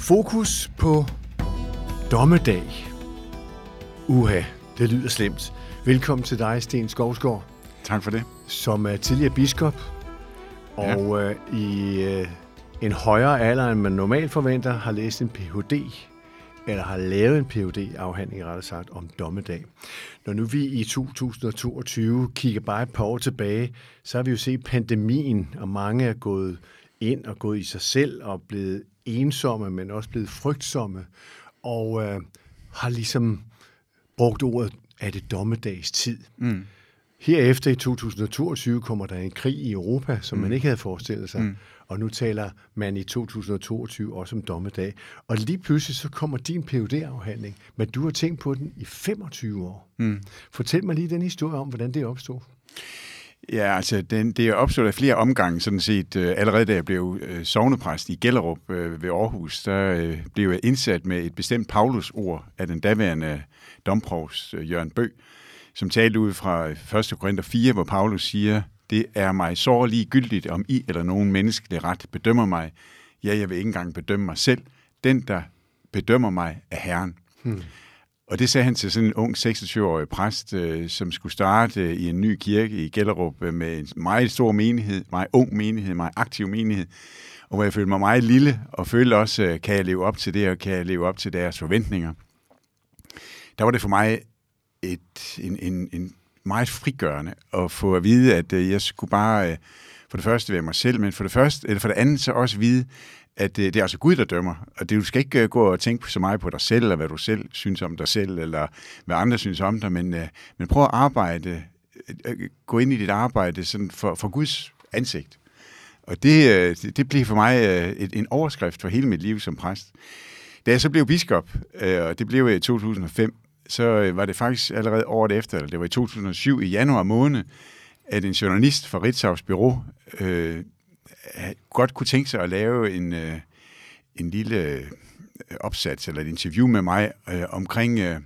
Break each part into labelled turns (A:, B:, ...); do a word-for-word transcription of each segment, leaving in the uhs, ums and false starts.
A: Fokus på dommedag. Uha, det lyder slemt. Velkommen til dig, Sten Skovsgaard.
B: Tak for det.
A: Som er tidligere biskop, og ja. øh, i øh, en højere alder, end man normalt forventer, har læst en P H D, eller har lavet en P H D-afhandling, rettere sagt, om dommedag. Når nu vi i to tusind og toogtyve kigger bare et par år tilbage, så har vi jo set pandemien, og mange er gået ind og gået i sig selv og blevet ensomme, men også blevet frygtsomme, og øh, har ligesom brugt ordet, er det dommedagstid. Mm. Herefter i to tusind og toogtyve kommer der en krig i Europa, som mm. man ikke havde forestillet sig, mm. og nu taler man i to tusind og toogtyve også om dommedag. Og lige pludselig så kommer din P H D-afhandling, men du har tænkt på den i femogtyve år. Mm. Fortæl mig lige den historie om, hvordan det opstod.
B: Ja, altså den, det er opstået af flere omgange, sådan set. Øh, allerede da jeg blev øh, sognepræst i Gellerup øh, ved Aarhus, der øh, blev jeg indsat med et bestemt Paulus-ord af den daværende domprovst øh, Jørgen Bø, som talte ud fra første Korinther fire, hvor Paulus siger, det er mig så ligegyldigt, om I eller nogen menneskelig ret bedømmer mig. Ja, jeg vil ikke engang bedømme mig selv. Den, der bedømmer mig, er Herren. Hmm. Og det sagde han til sådan en ung seksogtyve-årig præst, øh, som skulle starte øh, i en ny kirke i Gellerup øh, med en meget stor menighed, meget ung menighed, meget aktiv menighed, og hvor jeg følte mig meget lille, og følte også, øh, kan jeg leve op til det, og kan jeg leve op til deres forventninger. Der var det for mig et, en, en, en meget frigørende at få at vide, at øh, jeg skulle bare øh, for det første være mig selv, men for det, første, eller for det andet så også vide, at det er altså Gud, der dømmer. Og det, du skal ikke gå og tænke så meget på dig selv, eller hvad du selv synes om dig selv, eller hvad andre synes om dig, men, men prøv at arbejde, gå ind i dit arbejde sådan for, for Guds ansigt. Og det, det blev for mig et, en overskrift for hele mit liv som præst. Da jeg så blev biskop, og det blev i to tusind og fem, så var det faktisk allerede året efter, eller det var i to tusind og syv, i januar måned, at en journalist fra Ritzaus Bureau øh, godt kunne tænke sig at lave en, øh, en lille øh, opsats eller et interview med mig øh, omkring, øh,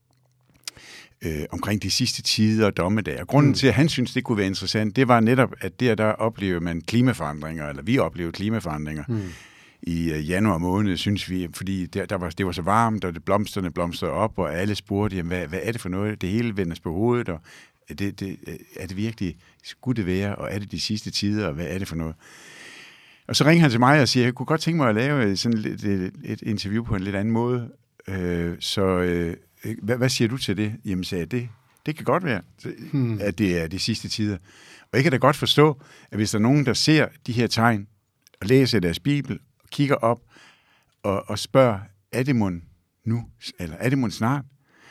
B: øh, omkring de sidste tider og dommedag. Og grunden mm. til, at han synes det kunne være interessant, det var netop, at der, der oplever man klimaforandringer, eller vi oplever klimaforandringer mm. i øh, januar måned, synes vi, fordi der, der var, det var så varmt, og det blomsterne blomstrede op, og alle spurgte, jamen, hvad, hvad er det for noget? Det hele vendes på hovedet, og det, det, er det virkelig, skulle det være, og er det de sidste tider, og hvad er det for noget? Og så ringer han til mig og siger, jeg kunne godt tænke mig at lave sådan et, et, et interview på en lidt anden måde. Øh, så øh, hvad, hvad siger du til det? Jamen sagde jeg, det, det kan godt være, hmm. at det er de sidste tider. Og jeg kan da godt forstå, at hvis der er nogen, der ser de her tegn, og læser deres bibel, og kigger op, og, og spørger, er det mon nu, eller er det mon snart?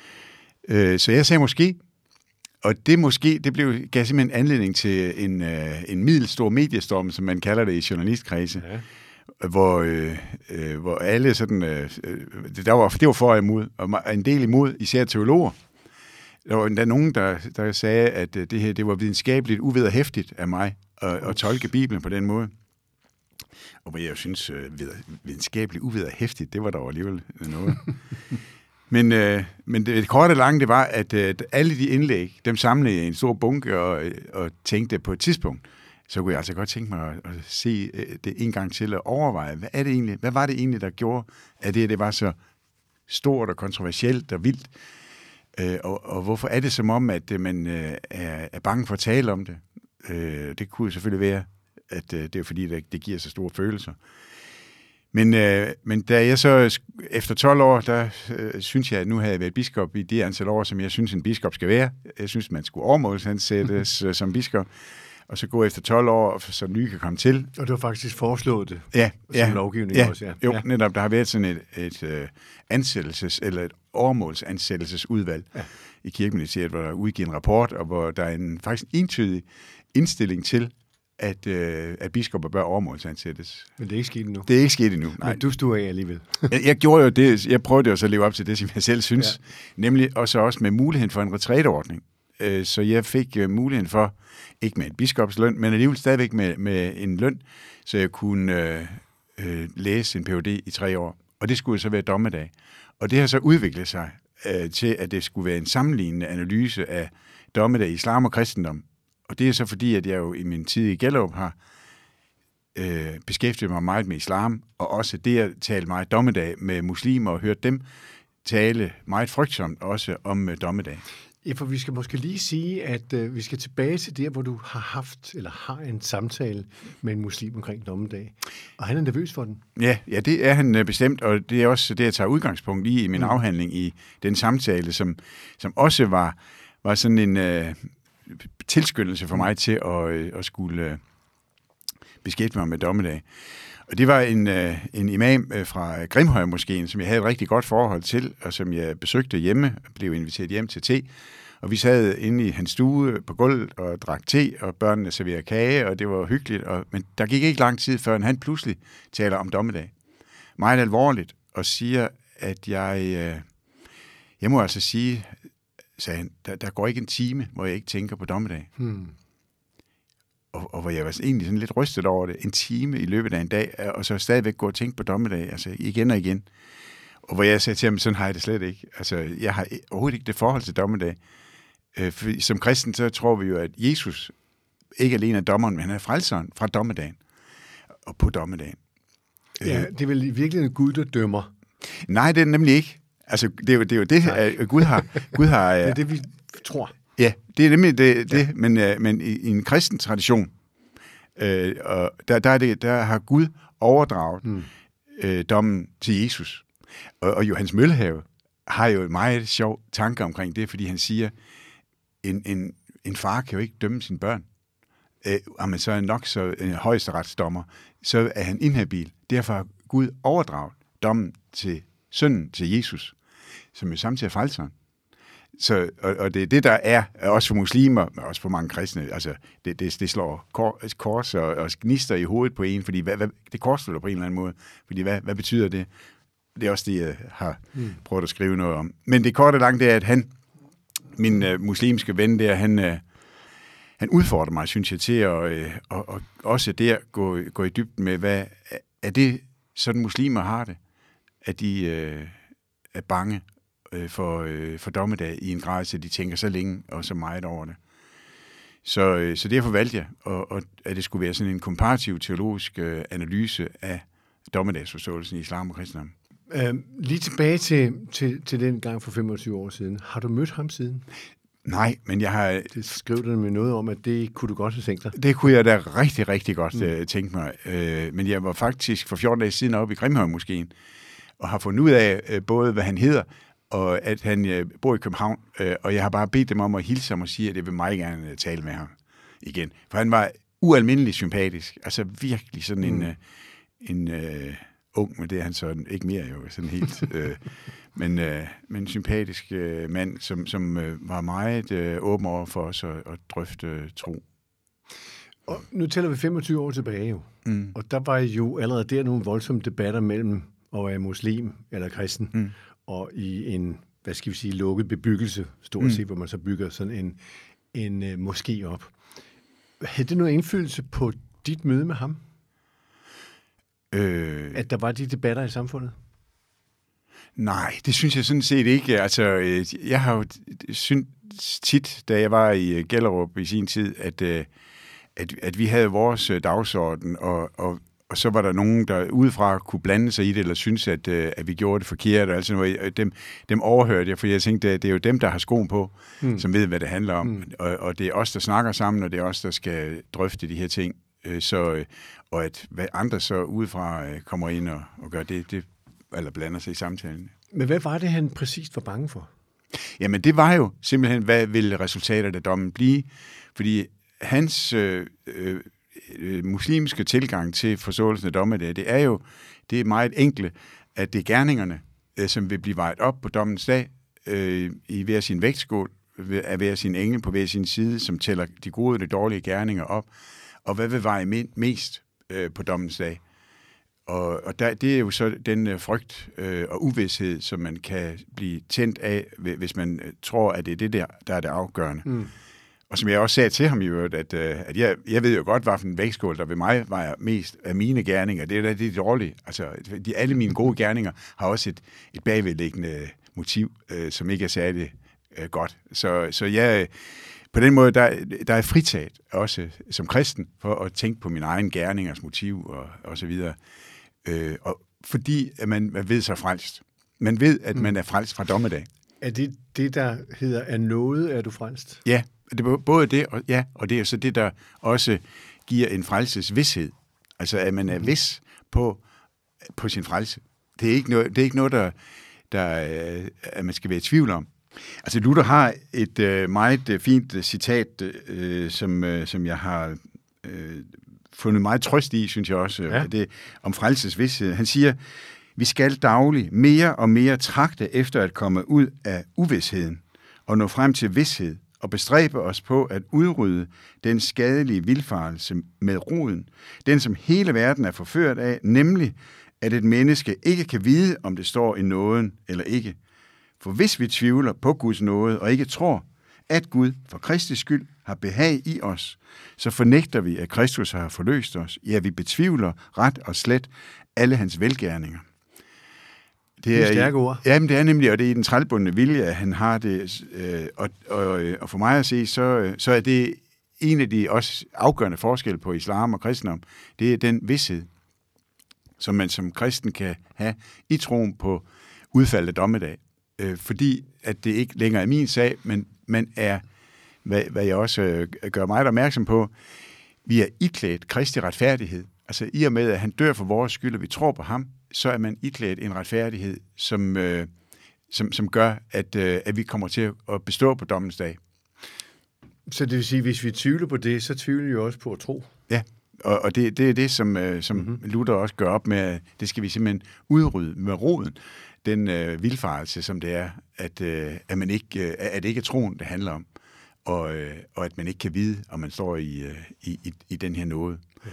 B: Øh, så jeg sagde måske, og det måske, det blev, gav simpelthen anledning til en, øh, en middelstor mediestorm, som man kalder det i journalistkredse, ja. hvor, øh, øh, hvor alle sådan, øh, der var, det var for og imod, og en del imod, især teologer. Der var endda nogen, der, der sagde, at det her, det var videnskabeligt uvederhæftigt af mig at, at tolke Bibelen på den måde. Og hvor jeg synes, videnskabeligt uvederhæftigt, det var der alligevel noget. Men, øh, men det, det korte og lange, det var, at øh, alle de indlæg, dem samlede jeg i en stor bunke og, og tænkte på et tidspunkt, så kunne jeg altså godt tænke mig at, at se øh, det en gang til og overveje, hvad er det egentlig, hvad var det egentlig, der gjorde, at det, det var så stort og kontroversielt og vildt, øh, og, og hvorfor er det som om, at øh, man øh, er, er bange for at tale om det? Øh, det kunne selvfølgelig være, at øh, det er fordi, det, det giver så store følelser. Men, øh, men da jeg så efter tolv år, der øh, synes jeg, at nu havde jeg været biskop i det antal år, som jeg synes, en biskop skal være. Jeg synes, man skulle overmålsansættes øh, som biskop, og så gå efter tolv år, så nye kan komme til.
A: Og du har faktisk foreslået det
B: ja,
A: som
B: ja,
A: lovgivning
B: ja,
A: også. Ja,
B: jo,
A: ja.
B: netop. Der har været sådan et, et øh, ansættelses- eller et overmålsansættelsesudvalg ja. i Kirkeministeriet, hvor der er udgivet en rapport, og hvor der er en faktisk entydig indstilling til, at, øh, at biskopper bør overmålsansættes.
A: Men det er ikke sket endnu.
B: Det er ikke sket endnu, nej.
A: Men du stod af alligevel.
B: jeg, jeg gjorde jo det, jeg prøvede jo så at leve op til det, som jeg selv synes, ja. nemlig også, også med muligheden for en retræteordning. Øh, så jeg fik øh, muligheden for, ikke med en biskopsløn, men alligevel stadigvæk med, med en løn, så jeg kunne øh, øh, læse en P H D i tre år. Og det skulle så være dommedag. Og det har så udviklet sig øh, til, at det skulle være en sammenlignende analyse af dommedag, islam og kristendom. Og det er så fordi, at jeg jo i min tid i Gellerup har øh, beskæftigede mig meget med islam, og også det at tale meget dommedag med muslimer, og hørte dem tale meget frygtsomt også om øh, dommedag.
A: Ja, for vi skal måske lige sige, at øh, vi skal tilbage til der, hvor du har haft, eller har en samtale med en muslim omkring dommedag. Og han er nervøs for den.
B: Ja, ja, det er han bestemt, og det er også det, jeg tager udgangspunkt i i min mm. afhandling i den samtale, som, som også var, var sådan en øh, tilskyndelse for mig til at, øh, at skulle øh, beskæftige mig med dommedag. Og det var en, øh, en imam øh, fra Grimhøjmoskeen, som jeg havde et rigtig godt forhold til, og som jeg besøgte hjemme, blev inviteret hjem til te. Og vi sad inde i hans stue på gulvet og drak te, og børnene serverede kage, og det var hyggeligt. Og, men der gik ikke lang tid, før han pludselig taler om dommedag. Meget alvorligt, og siger, at jeg... Øh, jeg må altså sige, sagde han, der, der går ikke en time, hvor jeg ikke tænker på dommedag. Hmm. Og, og hvor jeg var egentlig sådan lidt rystet over det, en time i løbet af en dag, og så stadigvæk gå og tænke på dommedag, altså igen og igen. Og hvor jeg sagde til ham, sådan har jeg det slet ikke. Altså, jeg har overhovedet ikke det forhold til dommedag. Øh, for som kristen, så tror vi jo, at Jesus ikke alene er dommeren, men han er frelseren fra dommedagen og på dommedagen.
A: Ja, det er vel i virkeligheden Gud, der dømmer.
B: Nej, det er nemlig ikke. Altså, det er jo det, er jo det at Gud har... Gud har
A: det er det, vi tror.
B: Ja, det er nemlig det, det ja. men, øh, men i, i en kristen tradition, øh, og der, der, er det, der har Gud overdraget mm. øh, dommen til Jesus. Og, og Johannes Møllehave har jo en meget sjov tanke omkring det, fordi han siger, en, en, en far kan jo ikke dømme sine børn. Øh, og man så er nok så en højesteretsdommer, så er han inhabil. Derfor har Gud overdraget dommen til sønnen, til Jesus, som jo samtidig er frelseren. Så, og, og det er det, der er, også for muslimer, men også for mange kristne, altså det, det, det slår kors, kors og, og gnister i hovedet på en, fordi hvad, hvad, det korsfølger på en eller anden måde, fordi hvad, hvad betyder det? Det er også det, jeg har mm. prøvet at skrive noget om. Men det korte og langt, det er, at han, min uh, muslimske ven der, han, uh, han udfordrer mig, synes jeg, til at uh, og, og også der gå, gå i dybden med, hvad er det, sådan muslimer har det, at de uh, er bange For, øh, for dommedag i en grad, så de tænker så længe og så meget over det. Så, øh, så derfor valgte jeg, og, og, at det skulle være sådan en komparativ teologisk øh, analyse af dommedagsforståelsen i islam og kristendom.
A: Øh, lige tilbage til, til, til den gang for femogtyve år siden. Har du mødt ham siden?
B: Nej, men jeg har...
A: Det skrev du med noget om, at det kunne du godt have tænkt dig.
B: Det kunne jeg da rigtig, rigtig godt mm. uh, tænke mig. Uh, men jeg var faktisk for fjorten dage siden oppe i Grimhøjmoskeen, og har fundet ud af uh, både, hvad han hedder, og at han øh, bor i København, øh, og jeg har bare bedt dem om at hilse ham og sige, at jeg vil meget gerne tale med ham igen. For han var ualmindelig sympatisk, altså virkelig sådan mm. en, øh, en øh, ung, men det er han så ikke mere jo, sådan helt, øh, men, øh, men en sympatisk øh, mand, som, som øh, var meget øh, åben over for os at, at drøfte øh, tro.
A: Og nu tæller vi femogtyve år tilbage jo, mm. og der var jo allerede der nogle voldsomme debatter mellem at være muslim eller kristen, mm. og i en, hvad skal vi sige, lukket bebyggelse, stort set, mm. hvor man så bygger sådan en, en uh, moské op. Havde det noget indflydelse på dit møde med ham? Øh... At der var de debatter i samfundet?
B: Nej, det synes jeg sådan set ikke. Altså, jeg har jo syntes tit, da jeg var i Gellerup i sin tid, at, at, at vi havde vores dagsorden, og, og Og så var der nogen, der udefra kunne blande sig i det, eller synes, at, at vi gjorde det forkert. Og altså noget. Dem, dem overhørte jeg, for jeg tænkte, at det er jo dem, der har skoen på, mm. som ved, hvad det handler om. Mm. Og, og det er os, der snakker sammen, og det er os, der skal drøfte de her ting. Så, og at hvad andre så udefra kommer ind og, og gør det, det, eller blander sig i samtalen.
A: Men hvad var det, han præcist var bange for?
B: Jamen, det var jo simpelthen, hvad ville resultatet af dommen blive? Fordi hans... Øh, øh, muslimske tilgang til forståelsen af dommedag, det er jo det er meget enkle, at det er gerningerne, øh, som vil blive vejet op på dommens dag øh, i hver sin vægtskål, af hver sin engel på hver sin side, som tæller de gode og de dårlige gerninger op, og hvad vil veje mest øh, på dommens dag. Og, og der, det er jo så den øh, frygt øh, og uvished, som man kan blive tændt af, hvis man øh, tror, at det er det der, der er det afgørende. Mm. Og som jeg også sagde til ham jo, at, at jeg, jeg ved jo godt, hvad for en vægtskål, der ved mig vejer mest af mine gerninger. Det er da det dårlige. Altså, de, alle mine gode gerninger har også et, et bagvedliggende motiv, øh, som ikke er særlig øh, godt. Så, så jeg, på den måde, der, der er fritaget også som kristen for at tænke på min egen gerningers motiv og, og så videre. Øh, og fordi at man, man ved sig frelst. Man ved, at man er frelst fra dommedag.
A: Er det det, der hedder, af nåde er du frelst?
B: Ja, det er både det, og, ja, og det er så det, der også giver en frelsesvished. Altså, at man er vis på, på sin frelse. Det er ikke noget, det er ikke noget der, der at man skal være i tvivl om. Altså, Luther har et øh, meget øh, fint øh, citat, øh, som, øh, som jeg har øh, fundet meget trøst i, synes jeg også, ja. Det, om frelsesvished. Han siger, vi skal dagligt mere og mere tragte efter at komme ud af uvisheden og nå frem til vished og bestræbe os på at udrydde den skadelige vildfarelse med roden, den som hele verden er forført af, nemlig at et menneske ikke kan vide, om det står i nåden eller ikke. For hvis vi tvivler på Guds nåde og ikke tror, at Gud for Kristi skyld har behag i os, så fornægter vi, at Kristus har forløst os. Ja, vi betvivler ret og slet alle hans velgerninger.
A: Det er, det er stærke ord.
B: Jamen, det er nemlig, og det er i den trælbundne vilje, at han har det. Øh, og, og, og for mig at se, så, så er det en af de også afgørende forskelle på islam og kristendom. Det er den vished, som man som kristen kan have i troen på udfaldet af dommedag. Øh, fordi at det ikke længere er min sag, men man er, hvad, hvad jeg også øh, gør mig opmærksom på, vi er iklædt Kristi retfærdighed. Altså i og med, at han dør for vores skyld, og vi tror på ham, så er man iklædt en retfærdighed, som, øh, som, som gør, at, øh, at vi kommer til at bestå på dommens dag.
A: Så det vil sige, at hvis vi tvivler på det, så tvivler vi også på at tro?
B: Ja, og, og det, det er det, som, øh, som mm-hmm. Luther også gør op med, det skal vi simpelthen udrydde med roden, den øh, vildfarelse, som det er, at, øh, at, man ikke, øh, at det ikke er troen, det handler om, og, øh, og at man ikke kan vide, om man står i, øh, i, i, i den her nåde. Okay.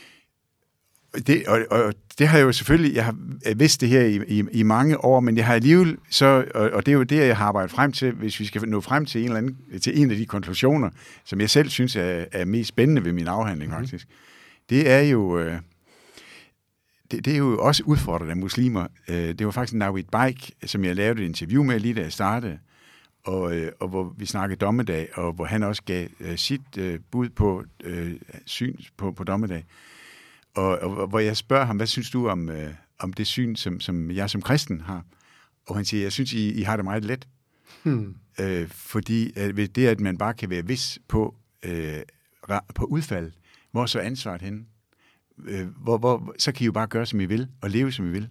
B: Det, og, og det har jeg jo selvfølgelig, jeg har vidst det her i, i, i mange år, men jeg har alligevel så, og, og det er jo det, jeg har arbejdet frem til, hvis vi skal nå frem til en, eller anden, til en af de konklusioner, som jeg selv synes er, er mest spændende ved min afhandling mm-hmm. faktisk, det er jo, øh, det, det er jo også udfordret af muslimer. Øh, det var faktisk Navid Baik, som jeg lavede et interview med lige da jeg startede, og, øh, og hvor vi snakkede dommedag, og hvor han også gav øh, sit øh, bud på øh, syn på, på dommedag. Og, og hvor jeg spørger ham, hvad synes du om, øh, om det syn, som, som jeg som kristen har? Og han siger, jeg synes, I, I har det meget let. Hmm. Øh, fordi øh, ved det, at man bare kan være vis på, øh, på udfald, hvor så ansvaret henne? Øh, hvor, hvor, så kan I jo bare gøre, som I vil, og leve, som I vil.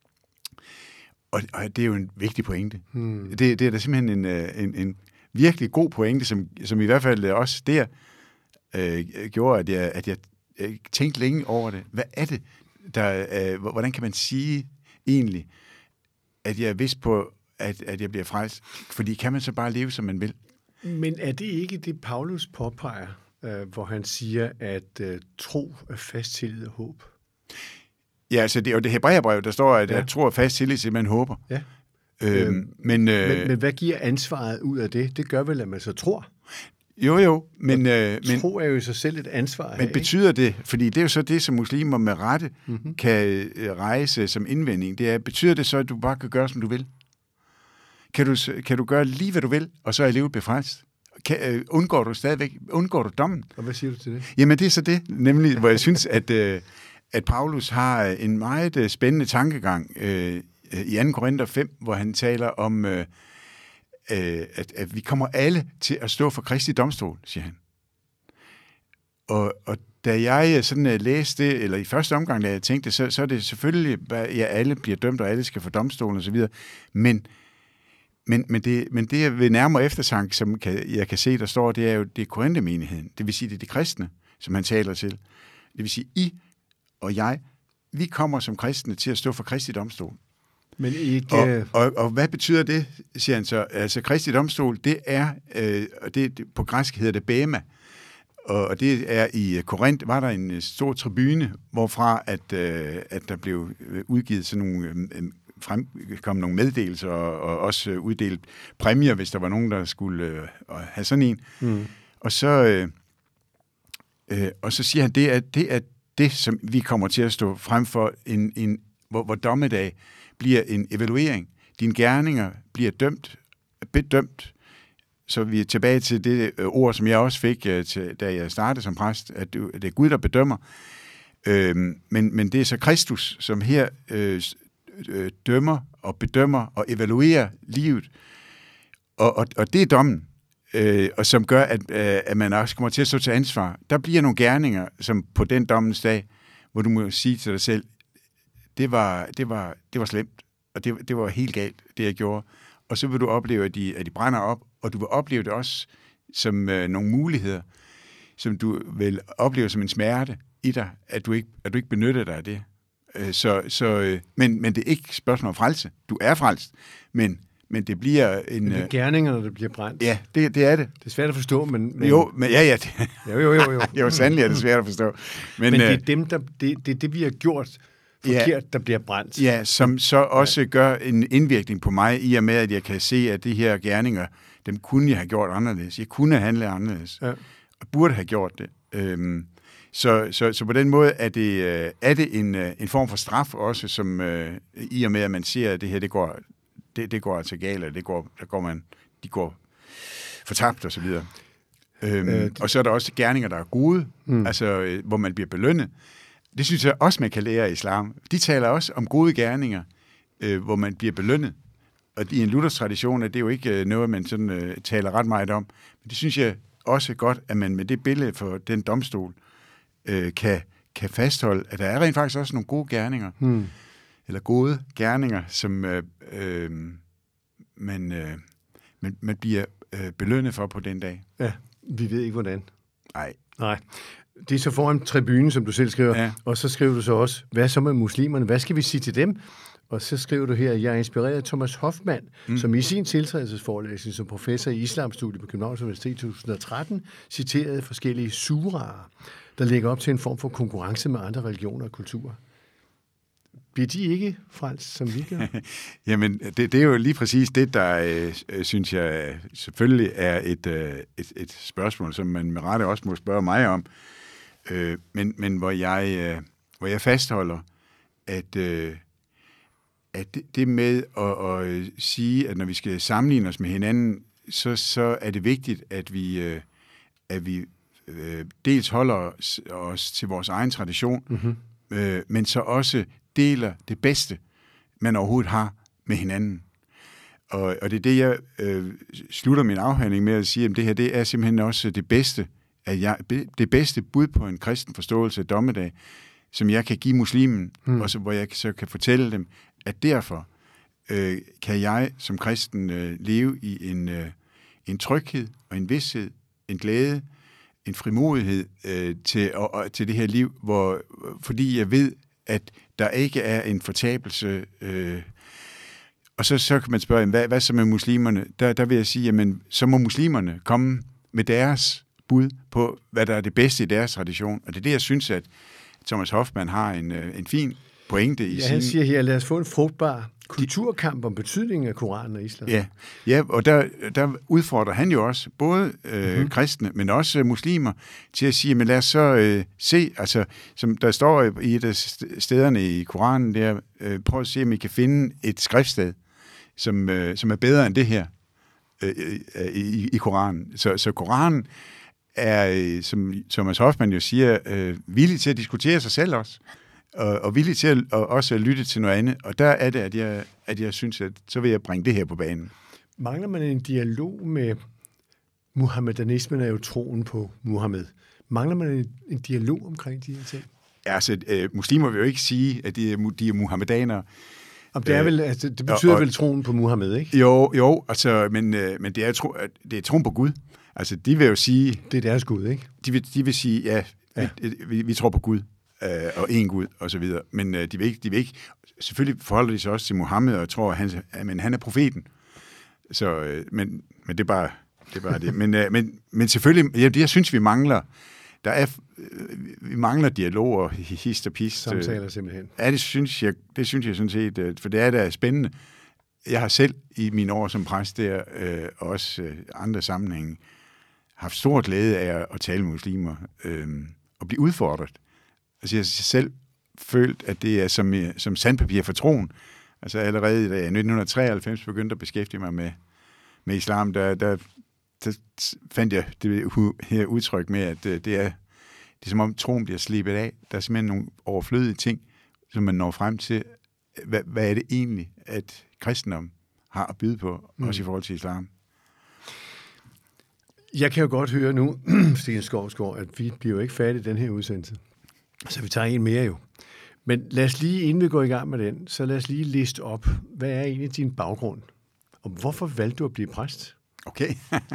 B: Og, og det er jo en vigtig pointe. Hmm. Det, det er da simpelthen en, en, en virkelig god pointe, som, som i hvert fald også der øh, gjorde, at jeg, at jeg Jeg tænkte længe over det. Hvad er det, der, øh, hvordan kan man sige egentlig, at jeg er vidst på, at, at jeg bliver frelst? Fordi kan man så bare leve, som man vil?
A: Men er det ikke det, Paulus påpeger, øh, hvor han siger, at øh, tro er fast tillid og håb?
B: Ja, altså det er jo det Hebræerbrev, der står, at, ja. at tro er fast tillid til, man håber.
A: Ja.
B: Øhm,
A: øhm,
B: men, øh,
A: men, men hvad giver ansvaret ud af det? Det gør vel, at man så tror.
B: Jo, jo, men... Øh, men
A: tro er jo i sig selv et ansvar.
B: Men
A: her,
B: betyder ikke? det, fordi det er jo så det, som muslimer med rette mm-hmm. kan rejse som indvending, det er, betyder det så, at du bare kan gøre, som du vil? Kan du, kan du gøre lige, hvad du vil, og så er livet befrelst? Kan, øh, undgår du stadigvæk, undgår du dommen?
A: Og hvad siger du til det?
B: Jamen, det er så det, nemlig, hvor jeg synes, at, øh, at Paulus har en meget øh, spændende tankegang øh, i anden Korinther fem, hvor han taler om... Øh, At, at vi kommer alle til at stå for Kristi domstol, siger han. Og, og da jeg sådan læste det, eller i første omgang, da jeg tænkte, så, så er det selvfølgelig, at ja, alle bliver dømt, og alle skal for domstolen og så videre. Men, men, men, det, men det jeg ved nærmere eftertanke, som kan, jeg kan se, der står, det er jo det er Korinther-menigheden. Det vil sige, det er de kristne, som han taler til. Det vil sige, I og jeg, vi kommer som kristne til at stå for Kristi domstol.
A: Men ikke...
B: Og, og, og hvad betyder det, siger han så? Altså, Kristi domstol, det er, øh, det, det, på græsk hedder det bema, og, og det er i Korinth, var der en stor tribune, hvorfra at, øh, at der blev udgivet sådan nogle, øh, frem, kom nogle meddelelser, og, og også uddelt præmier, hvis der var nogen, der skulle øh, have sådan en. Mm. Og så øh, øh, og så siger han, det er det, er det, som vi kommer til at stå frem for, en, en, hvor, hvor dommedag bliver en evaluering. Dine gerninger bliver dømt, bedømt, så vi er tilbage til det øh, ord, som jeg også fik, øh, til, da jeg startede som præst, at det, det er Gud, der bedømmer. Øh, men, men det er så Kristus, som her øh, øh, dømmer og bedømmer og evaluerer livet. Og, og, og det er dommen, øh, og som gør, at, øh, at man også kommer til at stå til ansvar. Der bliver nogle gerninger, som på den dommens dag, hvor du må sige til dig selv, det var, det var, det var slemt, og det, det var helt galt, det jeg gjorde. Og så vil du opleve, at de, at de brænder op, og du vil opleve det også som øh, nogle muligheder, som du vil opleve som en smerte i dig, at du ikke, at du ikke benytter dig af det. Øh, så, så, øh, men, men det er ikke et spørgsmål om frelse. Du er frelst, men, men det bliver en...
A: Men det er gerningerne, der bliver brændt.
B: Ja, det, det er det.
A: Det er svært at forstå, men... men...
B: Jo, men ja, ja. Det...
A: jo, jo, jo. Jo,
B: jo sandelig er det svært at forstå.
A: Men, men det er dem, der... Det, det, det vi har gjort forkert, ja, der bliver brændt.
B: Ja, som så også ja. gør en indvirkning på mig, i og med, at jeg kan se, at de her gerninger, dem kunne jeg have gjort anderledes. Jeg kunne have handlet anderledes. Ja. Og burde have gjort det. Øhm, så, så, så på den måde er det, er det en, en form for straf også, som øh, i og med, at man ser, at det her, det går, det, det går altså galt, det går, der går man, de går fortabt og så videre. Øhm, øh, det... Og så er der også gerninger, der er gode, mm. altså hvor man bliver belønnet. Det synes jeg også, man kan lære af islam. De taler også om gode gerninger, øh, hvor man bliver belønnet. Og i en Luthers tradition er det jo ikke øh, noget, man sådan, øh, taler ret meget om. Men det synes jeg også godt, at man med det billede for den domstol øh, kan, kan fastholde, at der er rent faktisk også nogle gode gerninger, hmm. eller gode gerninger, som øh, øh, man, øh, man, man bliver øh, belønnet for på den dag.
A: Ja, vi ved ikke, hvordan.
B: Nej.
A: Nej. Det er så foran tribunen, som du selv skriver, ja. Og så skriver du så også, hvad så med muslimerne? Hvad skal vi sige til dem? Og så skriver du her, jeg er inspireret af Thomas Hoffmann, mm. som i sin tiltrædelsesforelæsning som professor i islamstudiet på Københavns Universitet to tusind og tretten citerede forskellige suraer, der lægger op til en form for konkurrence med andre religioner og kulturer. Bliver de ikke frelst, som vi gør?
B: Jamen, det, det er jo lige præcis det, der, øh, synes jeg, selvfølgelig er et, øh, et, et spørgsmål, som man med rette også må spørge mig om. Øh, men, men hvor jeg, øh, hvor jeg fastholder, at, øh, at det, det med at, at sige, at når vi skal sammenligne os med hinanden, så, så er det vigtigt, at vi, øh, at vi øh, dels holder os, os til vores egen tradition, mm-hmm. øh, men så også deler det bedste, man overhovedet har med hinanden. Og, og det er det, jeg øh, slutter min afhandling med at sige, at det her, det er simpelthen også det bedste, at jeg, det bedste bud på en kristen forståelse af dommedag, som jeg kan give muslimen, hmm. og så, hvor jeg så kan fortælle dem, at derfor øh, kan jeg som kristen øh, leve i en, øh, en tryghed og en vished, en glæde, en frimodighed øh, til, og, og, til det her liv, hvor, fordi jeg ved, at der ikke er en fortabelse. Øh, og så, så kan man spørge, hvad, hvad så med muslimerne? Der, der vil jeg sige, jamen, så må muslimerne komme med deres bud på, hvad der er det bedste i deres tradition. Og det er det, jeg synes, at Thomas Hoffmann har en, en fin pointe i
A: ja,
B: sin...
A: Han siger her, lad os få en frugtbar kulturkamp om betydningen af Koranen og islam.
B: Ja, ja og der, der udfordrer han jo også både øh, mm-hmm. kristne, men også øh, muslimer, til at sige, men lad os så øh, se, altså, som der står i et af stederne i Koranen, der, øh, prøv at se, om I kan finde et skriftsted, som, øh, som er bedre end det her øh, øh, i, i Koranen. Så, så Koranen er, øh, som Thomas Hoffmann jo siger, øh, villig til at diskutere sig selv også. Og, og villig til at og også at lytte til noget andet. Og der er det, at jeg, at jeg synes, at så vil jeg bringe det her på banen.
A: Mangler man en dialog med muhammedanismen, er jo troen på Muhammed. Mangler man en, en dialog omkring de her ting?
B: Ja, altså, øh, muslimer vil jo ikke sige, at de er, de er muhammedanere.
A: Og det, er vel, altså, det betyder og, og, vel troen på Muhammed, ikke?
B: Jo, jo altså, men, øh, men det er, tro, det er troen på Gud. Altså, de vil jo sige...
A: Det er deres Gud, ikke?
B: De vil, de vil sige, ja, ja. Vi, vi, vi tror på Gud. og en Gud, og så videre. Men øh, de, vil ikke, de vil ikke... Selvfølgelig forholder de sig også til Muhammed, og tror, at han, men han er profeten. Så, øh, men, men det er bare det. Er bare det. Men, øh, men, men selvfølgelig, ja, det jeg synes, vi mangler... Der er, øh, vi mangler dialog og hist og pist.
A: Samtaler simpelthen.
B: Ja, det synes jeg, det synes jeg sådan set, øh, for det er da spændende. Jeg har selv i mine år som præst der, øh, og også øh, andre sammenhænge, haft stor glæde af at, at tale med muslimer øh, og blive udfordret. Altså jeg har selv følt, at det er som, som sandpapir for troen. Altså allerede da jeg i nitten treoghalvfems begyndte at beskæftige mig med, med islam, der, der så fandt jeg det her udtryk med, at det er, det er som om troen bliver slebet af. Der er simpelthen nogle overflødige ting, som man når frem til. Hvad, hvad er det egentlig, at kristendom har at byde på, mm. også i forhold til islam?
A: Jeg kan jo godt høre nu, Sten Skovsgaard, at vi bliver jo ikke færdige i den her udsendelse. Så vi tager en mere jo. Men lad os lige, inden vi går i gang med den, så lad os lige liste op, hvad er egentlig din baggrund? Og hvorfor valgte du at blive præst?
B: Okay.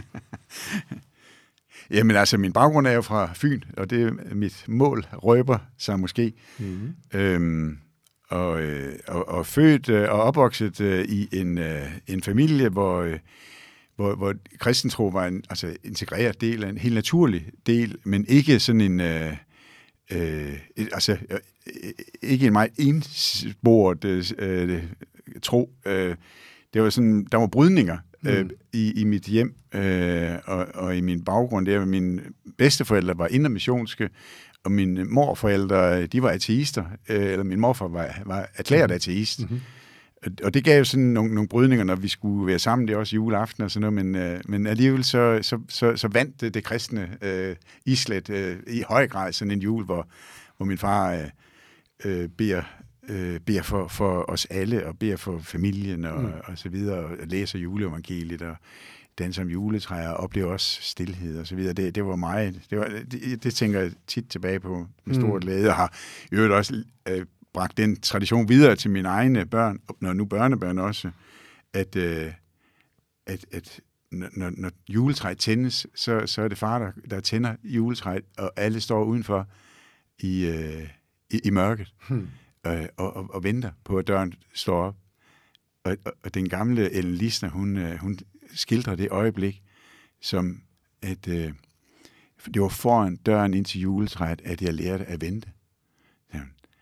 B: Jamen altså, min baggrund er jo fra Fyn, og det er mit mål, røber sig måske. Mm-hmm. Øhm, og, og, og født og opvokset i en, en familie, hvor, hvor, hvor kristentro var en altså, integreret del, en helt naturlig del, men ikke sådan en... Øh, øh, altså, ikke en meget ensporet øh, tro. Øh, det var sådan, der var brydninger øh, mm. i, i mit hjem øh, og, og i min baggrund. Der, mine bedsteforældre var indremissionske, og mine morforældre, de var ateister, øh, eller min morfar var, var erklæret ateist. Mm-hmm. Og, og det gav jo sådan nogle, nogle brydninger, når vi skulle være sammen, det er også juleaften og sådan noget, men, øh, men alligevel så, så, så, så vandt det, det kristne øh, islet øh, i høj grad sådan en jul, hvor, hvor min far øh, øh, beder, øh, beder for, for os alle, og beder for familien og, mm. og så videre, og læser juleevangeliet og danser om juletræer, og oplever også stilhed og så videre. Det, det var meget, det, var, det, det tænker jeg tit tilbage på med stor glæde, og har i øvrigt også øh, bragt den tradition videre til mine egne børn, og nu børnebørn også, at, øh, at, at når, når juletræet tændes, så, så er det far, der, der tænder juletræet, og alle står udenfor i, øh, i, i mørket hmm. øh, og, og, og venter på, at døren står op. Og, og, og den gamle Ellen Lisner, hun, øh, hun skildrer det øjeblik, som at øh, det var foran døren ind til juletræet, at jeg lærte at vente. Ja.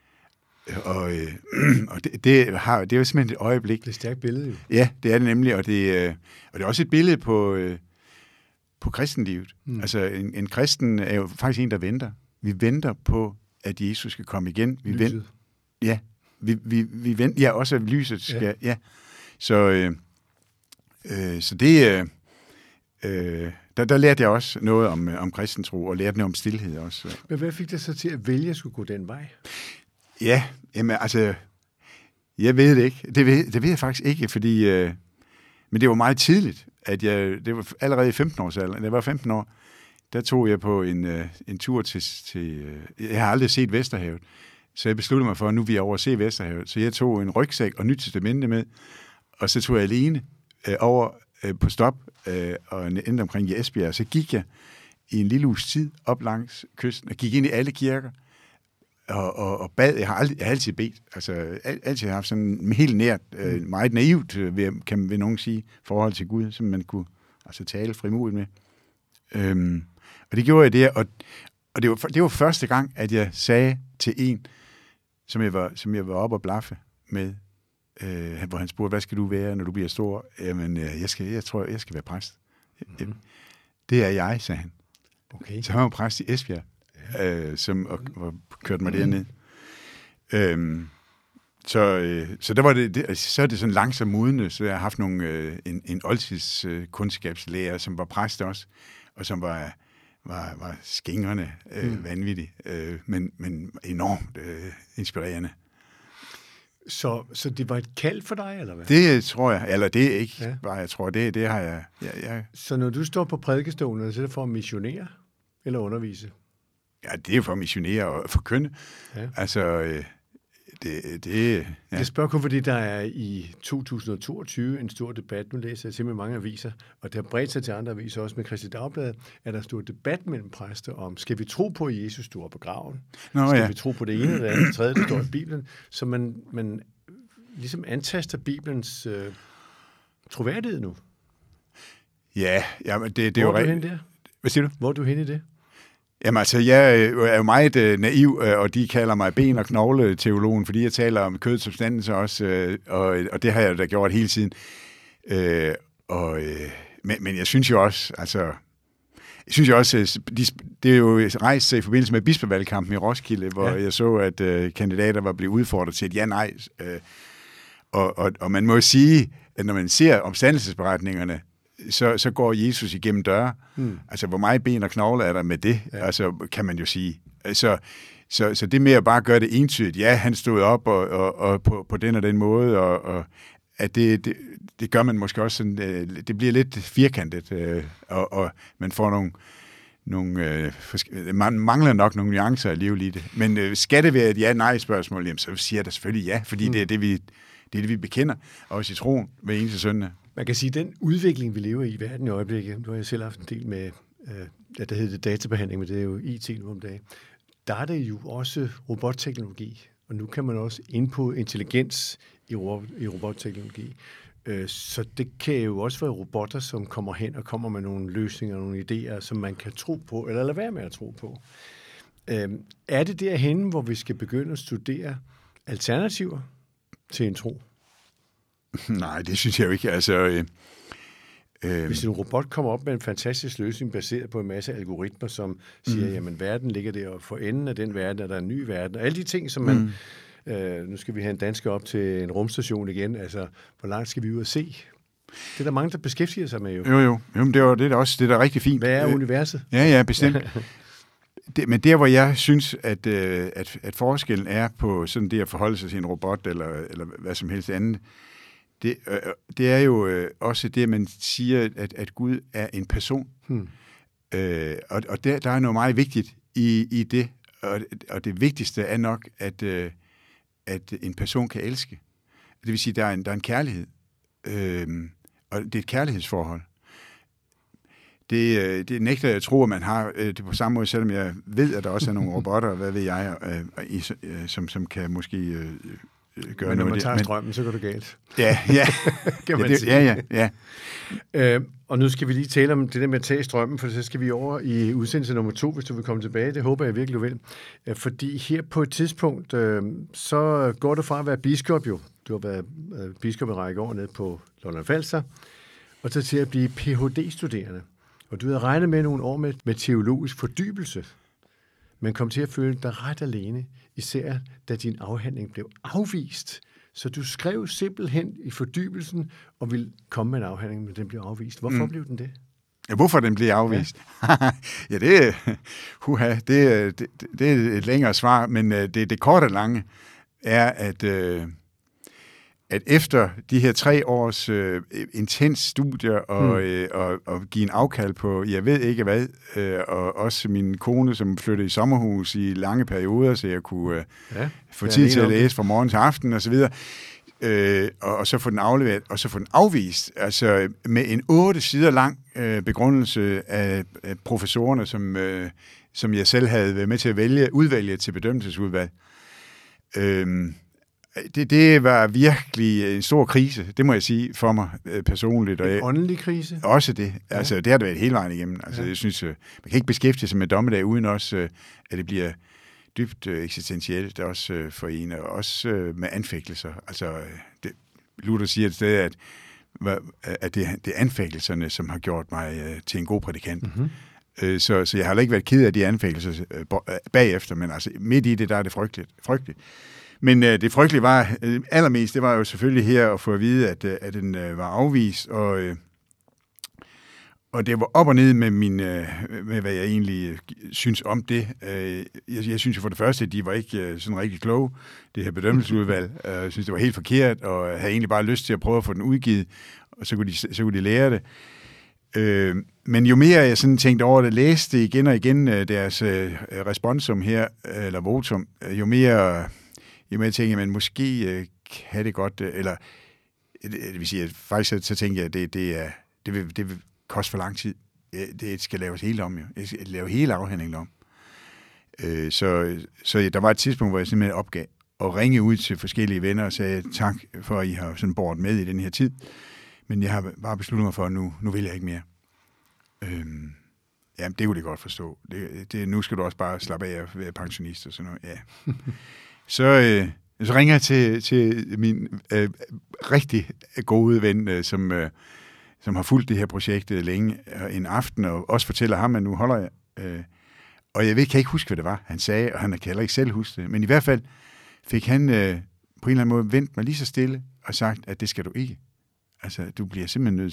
B: Og, øh, og det, det, har, det er jo simpelthen et øjeblik.
A: Det er et stærkt billede jo.
B: Ja, det er det nemlig, og det, øh, og det er også et billede på, øh, på kristenlivet. Mm. Altså en, en kristen er jo faktisk en, der venter. Vi venter på, at Jesus skal komme igen. Vi
A: lyset.
B: Vent, ja, vi, vi, vi venter, ja, også at lyset skal, ja. ja. Så, øh, øh, så det, øh, øh, der, der lærte jeg også noget om, om kristentro, og lærte noget om stilhed også.
A: Men hvad fik dig så til at vælge at skulle gå den vej?
B: Ja, jamen altså, jeg ved det ikke. Det ved, det ved jeg faktisk ikke, fordi, øh, men det var meget tidligt, at jeg, det var allerede i femten års alder, da jeg var femten år, der tog jeg på en, øh, en tur til, til øh, jeg har aldrig set Vesterhavet, så jeg besluttede mig for, at nu vil jeg over at se Vesterhavet, så jeg tog en rygsæk og Nyt Testamente med, og så tog jeg alene øh, over øh, på stop, øh, og endte omkring i Esbjerg, så gik jeg i en lille uges tid op langs kysten, og gik ind i alle kirker, Og, og, og bad, jeg har, aldrig, jeg har altid bedt, altså al, altid haft sådan helt nært, øh, meget naivt, øh, kan vil nogen sige, forhold til Gud, som man kunne altså tale frimodigt med. Øhm, og det gjorde jeg det, og, og det, var, det var første gang, at jeg sagde til en, som jeg var, som jeg var oppe og blaffe med, øh, hvor han spurgte, hvad skal du være, når du bliver stor? Jamen, øh, jeg, skal, jeg tror, jeg skal være præst. Mm-hmm. Det er jeg, sagde han. Okay. Så han var præst i Esbjerg. Øh, som og, og kørte mig mm. derned. Øhm, så, øh, så der var det, det, så er det sådan langsomt modne, så jeg har haft nogle, øh, en, en oldtidskundskabslærer, som var præst også, og som var, var, var skængrende, øh, mm. vanvittig, øh, men, men enormt øh, inspirerende.
A: Så, så det var et kald for dig, eller hvad?
B: Det tror jeg, eller det er ikke ja. bare, jeg tror, det, det har jeg, jeg, jeg...
A: Så når du står på prædikestolen, så er det for at missionere eller undervise?
B: Ja, det er for at missionere og forkynde. Ja. Altså, øh, det... det ja.
A: Jeg spørger kun, fordi der er i to tusind og toogtyve en stor debat, nu læser jeg simpelthen mange aviser, og det har bredt sig til andre aviser, også med Kristi Dagblad, at der er stor debat mellem præster om, skal vi tro på, at Jesus står på graven? Nå, skal ja. vi tro på det ene eller det andet, det tredje, der står i Bibelen? Så man, man ligesom antaster Bibelens øh, troværdighed nu.
B: Ja, jamen det, det er
A: jo
B: rigtigt.
A: Hvor er du henne der?
B: Hvad siger du?
A: Hvor er du henne i det?
B: Jamen altså, jeg er jo meget øh, naiv, øh, og de kalder mig ben- og knogleteologen, fordi jeg taler om kødets substans også, øh, og, og det har jeg da gjort hele tiden. Øh, og, øh, men, men jeg synes jo også, altså, jeg synes jo også, de, det er jo rejst sig i forbindelse med bispevalgkampen i Roskilde, hvor ja. jeg så, at øh, kandidater var blevet udfordret til et ja-nej. Øh, og, og, og man må jo sige, at når man ser omstandelsesberetningerne, så, så går Jesus igennem døre.
A: Mm.
B: Altså, hvor meget ben og knogler er der med det?
A: Ja.
B: Altså, kan man jo sige. Så, så, så det med at bare gøre det entydigt, ja, han stod op og, og, og på, på den og den måde, og, og at det, det, det gør man måske også sådan, det bliver lidt firkantet, og, og man får nogle, nogle man mangler nok nogle nuancer alligevel i det. Men skal det være et ja-nej-spørgsmål, jamen, så siger jeg da selvfølgelig ja, fordi mm. det er det, vi, det er det, vi bekender, også i troen hver eneste søndag.
A: Man kan sige, at den udvikling, vi lever i verden i øjeblikket, nu har jeg selv haft en del med, ja, der hedder det databehandling, men det er jo I T nu om dagen, der er det jo også robotteknologi, og nu kan man også input intelligens i, i robotteknologi. Så det kan jo også være robotter, som kommer hen og kommer med nogle løsninger, nogle idéer, som man kan tro på, eller lade være med at tro på. Er det derhen, hvor vi skal begynde at studere alternativer til en tro?
B: Nej, det synes jeg jo ikke. Altså, øh, øh,
A: Hvis en robot kommer op med en fantastisk løsning baseret på en masse algoritmer, som siger, mm. jamen verden ligger der, og for enden af den verden er der en ny verden, og alle de ting, som man... Mm. Øh, nu skal vi have en dansker op til en rumstation igen, altså hvor langt skal vi ud og se? Det er der mange, der beskæftiger sig med jo.
B: Jo, jo. jo det, er, det er også det er rigtig fint.
A: Hvad er øh, universet?
B: Ja, ja, bestemt. Det, men der, hvor jeg synes, at, øh, at, at forskellen er på sådan det at forholde sig til en robot, eller, eller hvad som helst andet, det, øh, det er jo øh, også det, man siger, at, at Gud er en person. Hmm. Øh, og og der, der er noget meget vigtigt i, i det, og, og det vigtigste er nok, at, øh, at en person kan elske. Det vil sige, at der er en, der er en kærlighed, øh, og det er et kærlighedsforhold. Det, det nægter jeg tro, at man har det på samme måde, selvom jeg ved, at der også er nogle robotter, hvad ved jeg, som, som kan måske gøre
A: noget.
B: Men
A: når man tager strømmen, så går det galt.
B: Ja, ja.
A: kan man
B: ja, det,
A: sige.
B: ja, ja, ja.
A: Øh, og nu skal vi lige tale om det der med at tage strømmen, for så skal vi over i udsendelse nummer to, hvis du vil komme tilbage. Det håber jeg virkelig, du vil. Fordi her på et tidspunkt, øh, så går du fra at være biskop jo. Du har været øh, biskop i række år nede på Lolland Falster, og så til at blive P H D-studerende. Og du havde regnet med nogle år med, med teologisk fordybelse, men kom til at føle dig ret alene, især da din afhandling blev afvist. Så du skrev simpelthen i fordybelsen og ville komme med en afhandling, men den blev afvist. Hvorfor mm. blev den det?
B: Ja, hvorfor den blev afvist? Ja, ja det, huha, det, det, det er et længere svar, men det, det korte og lange er, at... Øh, at efter de her tre års øh, intens studier og, mm. øh, og, og give en afkald på, jeg ved ikke hvad, øh, og også min kone, som flyttede i sommerhus i lange perioder, så jeg kunne øh, ja, få tid til at læse fra morgen til aften og så videre, øh, og, og så få den afleveret, og så få den afvist, altså med en otte sider lang øh, begrundelse af, af professorerne, som, øh, som jeg selv havde været med til at vælge, udvælge til bedømmelsesudvalg. Øh, Det, det var virkelig en stor krise, det må jeg sige for mig øh, personligt.
A: En åndelig krise?
B: Også det. Altså, ja. Det har det været hele vejen igennem. Altså, ja. Jeg synes, øh, man kan ikke beskæftige sig med dommedag, uden også, øh, at det bliver dybt øh, eksistentielt også øh, for en, og også øh, med anfægtelser. Altså, øh, det, Luther siger et sted, at, at det, det er anfægtelserne, som har gjort mig øh, til en god prædikant. Mm-hmm. Øh, så, så jeg har heller ikke været ked af de anfægtelser øh, bagefter, men altså midt i det, der er det frygteligt. frygteligt. Men øh, det frygtelige var, øh, allermest, det var jo selvfølgelig her at få at vide, at, øh, at den øh, var afvist, og, øh, og det var op og ned med, min, øh, med hvad jeg egentlig øh, synes om det. Øh, jeg, jeg synes jo for det første, at de var ikke øh, sådan rigtig kloge, det her bedømmelsesudvalg. Øh, jeg synes, det var helt forkert, og havde egentlig bare lyst til at prøve at få den udgivet, og så kunne de, så kunne de lære det. Øh, men jo mere jeg sådan tænkte over det, læste igen og igen øh, deres øh, responsum her, øh, eller votum, øh, jo mere... Jamen, jeg tænker, men måske øh, kan det godt, øh, eller det, det vil sige, at faktisk så, så tænker jeg, at det, det, er, det, vil, det vil koste for lang tid. Det skal laves helt om, jo. Jeg skal lave hele afhandlingen om. Øh, så, så der var et tidspunkt, hvor jeg simpelthen opgav at ringe ud til forskellige venner og sagde, tak for, at I har sådan båret med i den her tid. Men jeg har bare besluttet mig for, at nu, nu vil jeg ikke mere. Øh, jamen, det kunne de godt forstå. Det, det, nu skal du også bare slappe af at være pensionist og sådan noget. Ja. Så, øh, så ringer jeg til, til min øh, rigtig gode ven, øh, som, øh, som har fulgt det her projekt øh, længe, øh, en aften, og også fortæller ham, at nu holder jeg. Øh, og jeg ved, kan ikke huske, hvad det var, han sagde, og han kan heller ikke selv huske det. Men i hvert fald fik han øh, på en eller anden måde vendt mig lige så stille og sagt, at det skal du ikke. Altså, du bliver simpelthen nødt til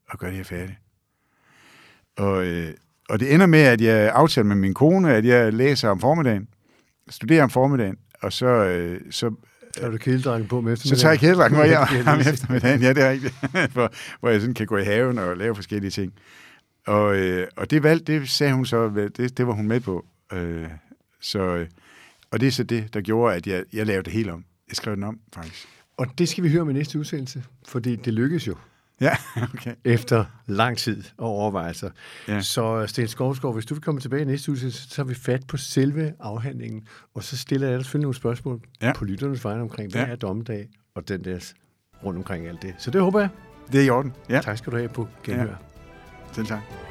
B: at gøre det her færdigt. Og, øh, og det ender med, at jeg aftaler med min kone, at jeg læser om formiddagen, studerer om formiddagen, og så... Øh, så
A: Så har du kæledrangen på med eftermiddagen?
B: Så tager jeg kæledrangen, hvor jeg har eftermiddagen. Ja, det er rigtigt. For, hvor jeg sådan kan gå i haven og lave forskellige ting. Og, øh, og det valg, det sagde hun så, det, det var hun med på. Øh, så, og det er så det, der gjorde, at jeg, jeg lavede det helt om. Jeg skrev den om, faktisk.
A: Og det skal vi høre med næste udsendelse, fordi det lykkedes jo.
B: Ja, okay.
A: Efter lang tid og overvejelser.
B: Ja.
A: Så Sten Skovsgaard, hvis du vil komme tilbage i næste udsendelse, så tager vi fat på selve afhandlingen, og så stiller jeg dig selvfølgelig nogle spørgsmål ja. på lytternes vegne omkring, hvad ja. er dommedag, og den der rundt omkring alt det. Så det håber jeg.
B: Det er i orden. Ja.
A: Tak skal du have på genhør. Ja.
B: Selv tak.